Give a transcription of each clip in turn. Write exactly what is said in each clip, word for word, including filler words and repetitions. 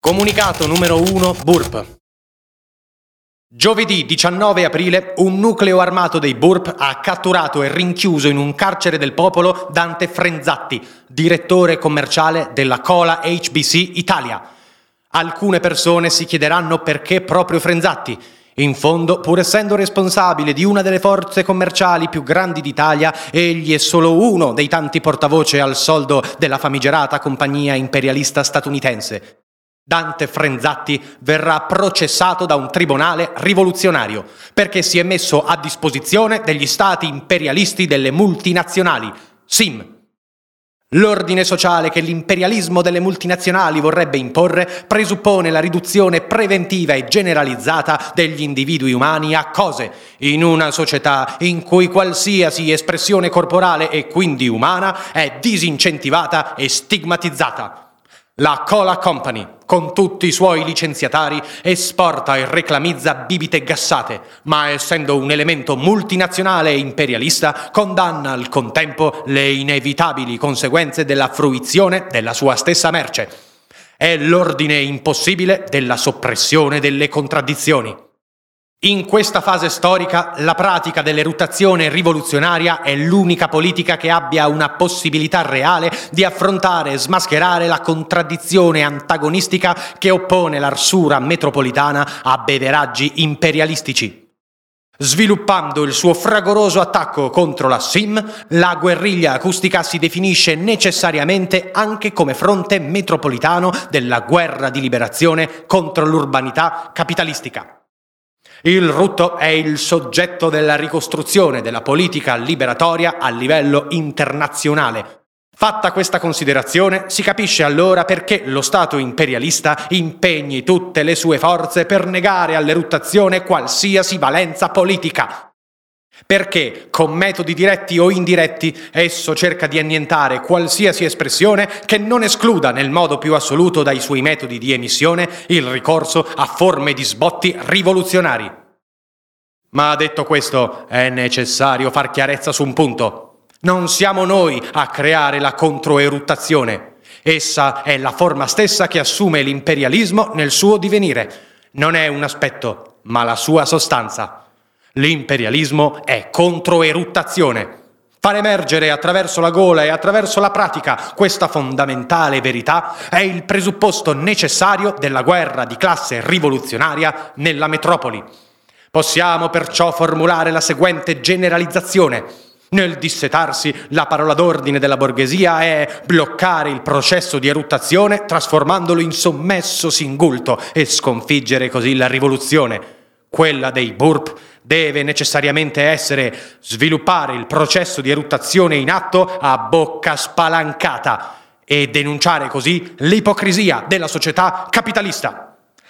Comunicato numero uno Burp. Giovedì diciannove aprile un nucleo armato dei Burp ha catturato e rinchiuso in un carcere del popolo Dante Frenzatti, direttore commerciale della Cola H B C Italia. Alcune persone si chiederanno perché proprio Frenzatti. In fondo, pur essendo responsabile di una delle forze commerciali più grandi d'Italia, egli è solo uno dei tanti portavoce al soldo della famigerata compagnia imperialista statunitense. Dante Frenzatti verrà processato da un tribunale rivoluzionario perché si è messo a disposizione degli stati imperialisti delle multinazionali, S I M. L'ordine sociale che l'imperialismo delle multinazionali vorrebbe imporre presuppone la riduzione preventiva e generalizzata degli individui umani a cose, in una società in cui qualsiasi espressione corporale e quindi umana è disincentivata e stigmatizzata. La Cola Company, con tutti i suoi licenziatari, esporta e reclamizza bibite gassate, ma essendo un elemento multinazionale e imperialista, condanna al contempo le inevitabili conseguenze della fruizione della sua stessa merce. È l'ordine impossibile della soppressione delle contraddizioni. In questa fase storica, la pratica dell'eruttazione rivoluzionaria è l'unica politica che abbia una possibilità reale di affrontare e smascherare la contraddizione antagonistica che oppone l'arsura metropolitana a beveraggi imperialistici. Sviluppando il suo fragoroso attacco contro la S I M, la guerriglia acustica si definisce necessariamente anche come fronte metropolitano della guerra di liberazione contro l'urbanità capitalistica. Il rutto è il soggetto della ricostruzione della politica liberatoria a livello internazionale. Fatta questa considerazione, si capisce allora perché lo Stato imperialista impegni tutte le sue forze per negare all'eruttazione qualsiasi valenza politica. Perché, con metodi diretti o indiretti, esso cerca di annientare qualsiasi espressione che non escluda nel modo più assoluto dai suoi metodi di emissione il ricorso a forme di sbotti rivoluzionari. Ma detto questo, è necessario far chiarezza su un punto. Non siamo noi a creare la controeruttazione. Essa è la forma stessa che assume l'imperialismo nel suo divenire. Non è un aspetto, ma la sua sostanza. L'imperialismo è controeruttazione. Far emergere attraverso la gola e attraverso la pratica questa fondamentale verità è il presupposto necessario della guerra di classe rivoluzionaria nella metropoli. Possiamo perciò formulare la seguente generalizzazione. Nel dissetarsi, la parola d'ordine della borghesia è bloccare il processo di eruttazione trasformandolo in sommesso singulto e sconfiggere così la rivoluzione. Quella dei Burp deve necessariamente essere sviluppare il processo di eruttazione in atto a bocca spalancata e denunciare così l'ipocrisia della società capitalista.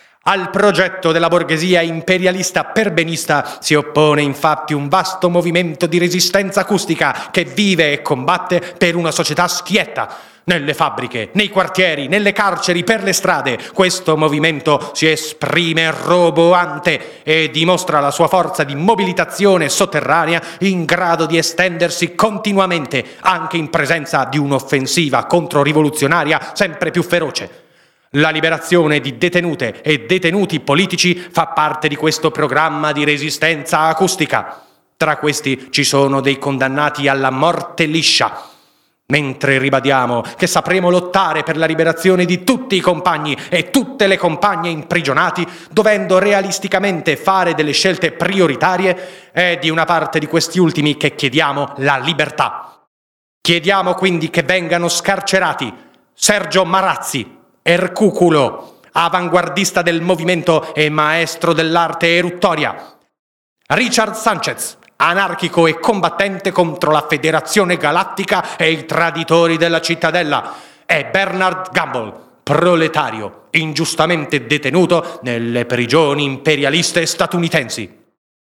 Al progetto della borghesia imperialista perbenista si oppone infatti un vasto movimento di resistenza acustica che vive e combatte per una società schietta. Nelle fabbriche, nei quartieri, nelle carceri, per le strade, questo movimento si esprime roboante e dimostra la sua forza di mobilitazione sotterranea in grado di estendersi continuamente, anche in presenza di un'offensiva controrivoluzionaria sempre più feroce. La liberazione di detenute e detenuti politici fa parte di questo programma di resistenza acustica. Tra questi ci sono dei condannati alla morte liscia. Mentre ribadiamo che sapremo lottare per la liberazione di tutti i compagni e tutte le compagne imprigionati, dovendo realisticamente fare delle scelte prioritarie, è di una parte di questi ultimi che chiediamo la libertà. Chiediamo quindi che vengano scarcerati Sergio Marazzi, Ercuculo, avanguardista del movimento e maestro dell'arte eruttoria, Richard Sanchez, anarchico e combattente contro la Federazione Galattica e i traditori della cittadella, e Bernard Gamble, proletario, ingiustamente detenuto nelle prigioni imperialiste statunitensi.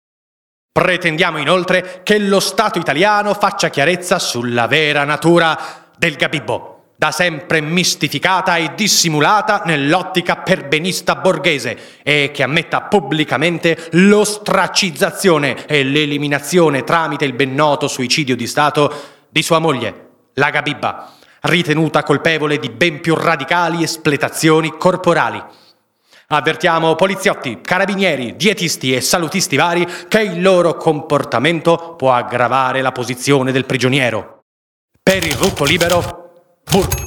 Pretendiamo inoltre che lo Stato italiano faccia chiarezza sulla vera natura del Gabibbo, da sempre mistificata e dissimulata nell'ottica perbenista borghese, e che ammetta pubblicamente l'ostracizzazione e l'eliminazione tramite il ben noto suicidio di Stato di sua moglie, la Gabibba, ritenuta colpevole di ben più radicali espletazioni corporali. Avvertiamo poliziotti, carabinieri, dietisti e salutisti vari che il loro comportamento può aggravare la posizione del prigioniero. Per il rutto libero, Burp.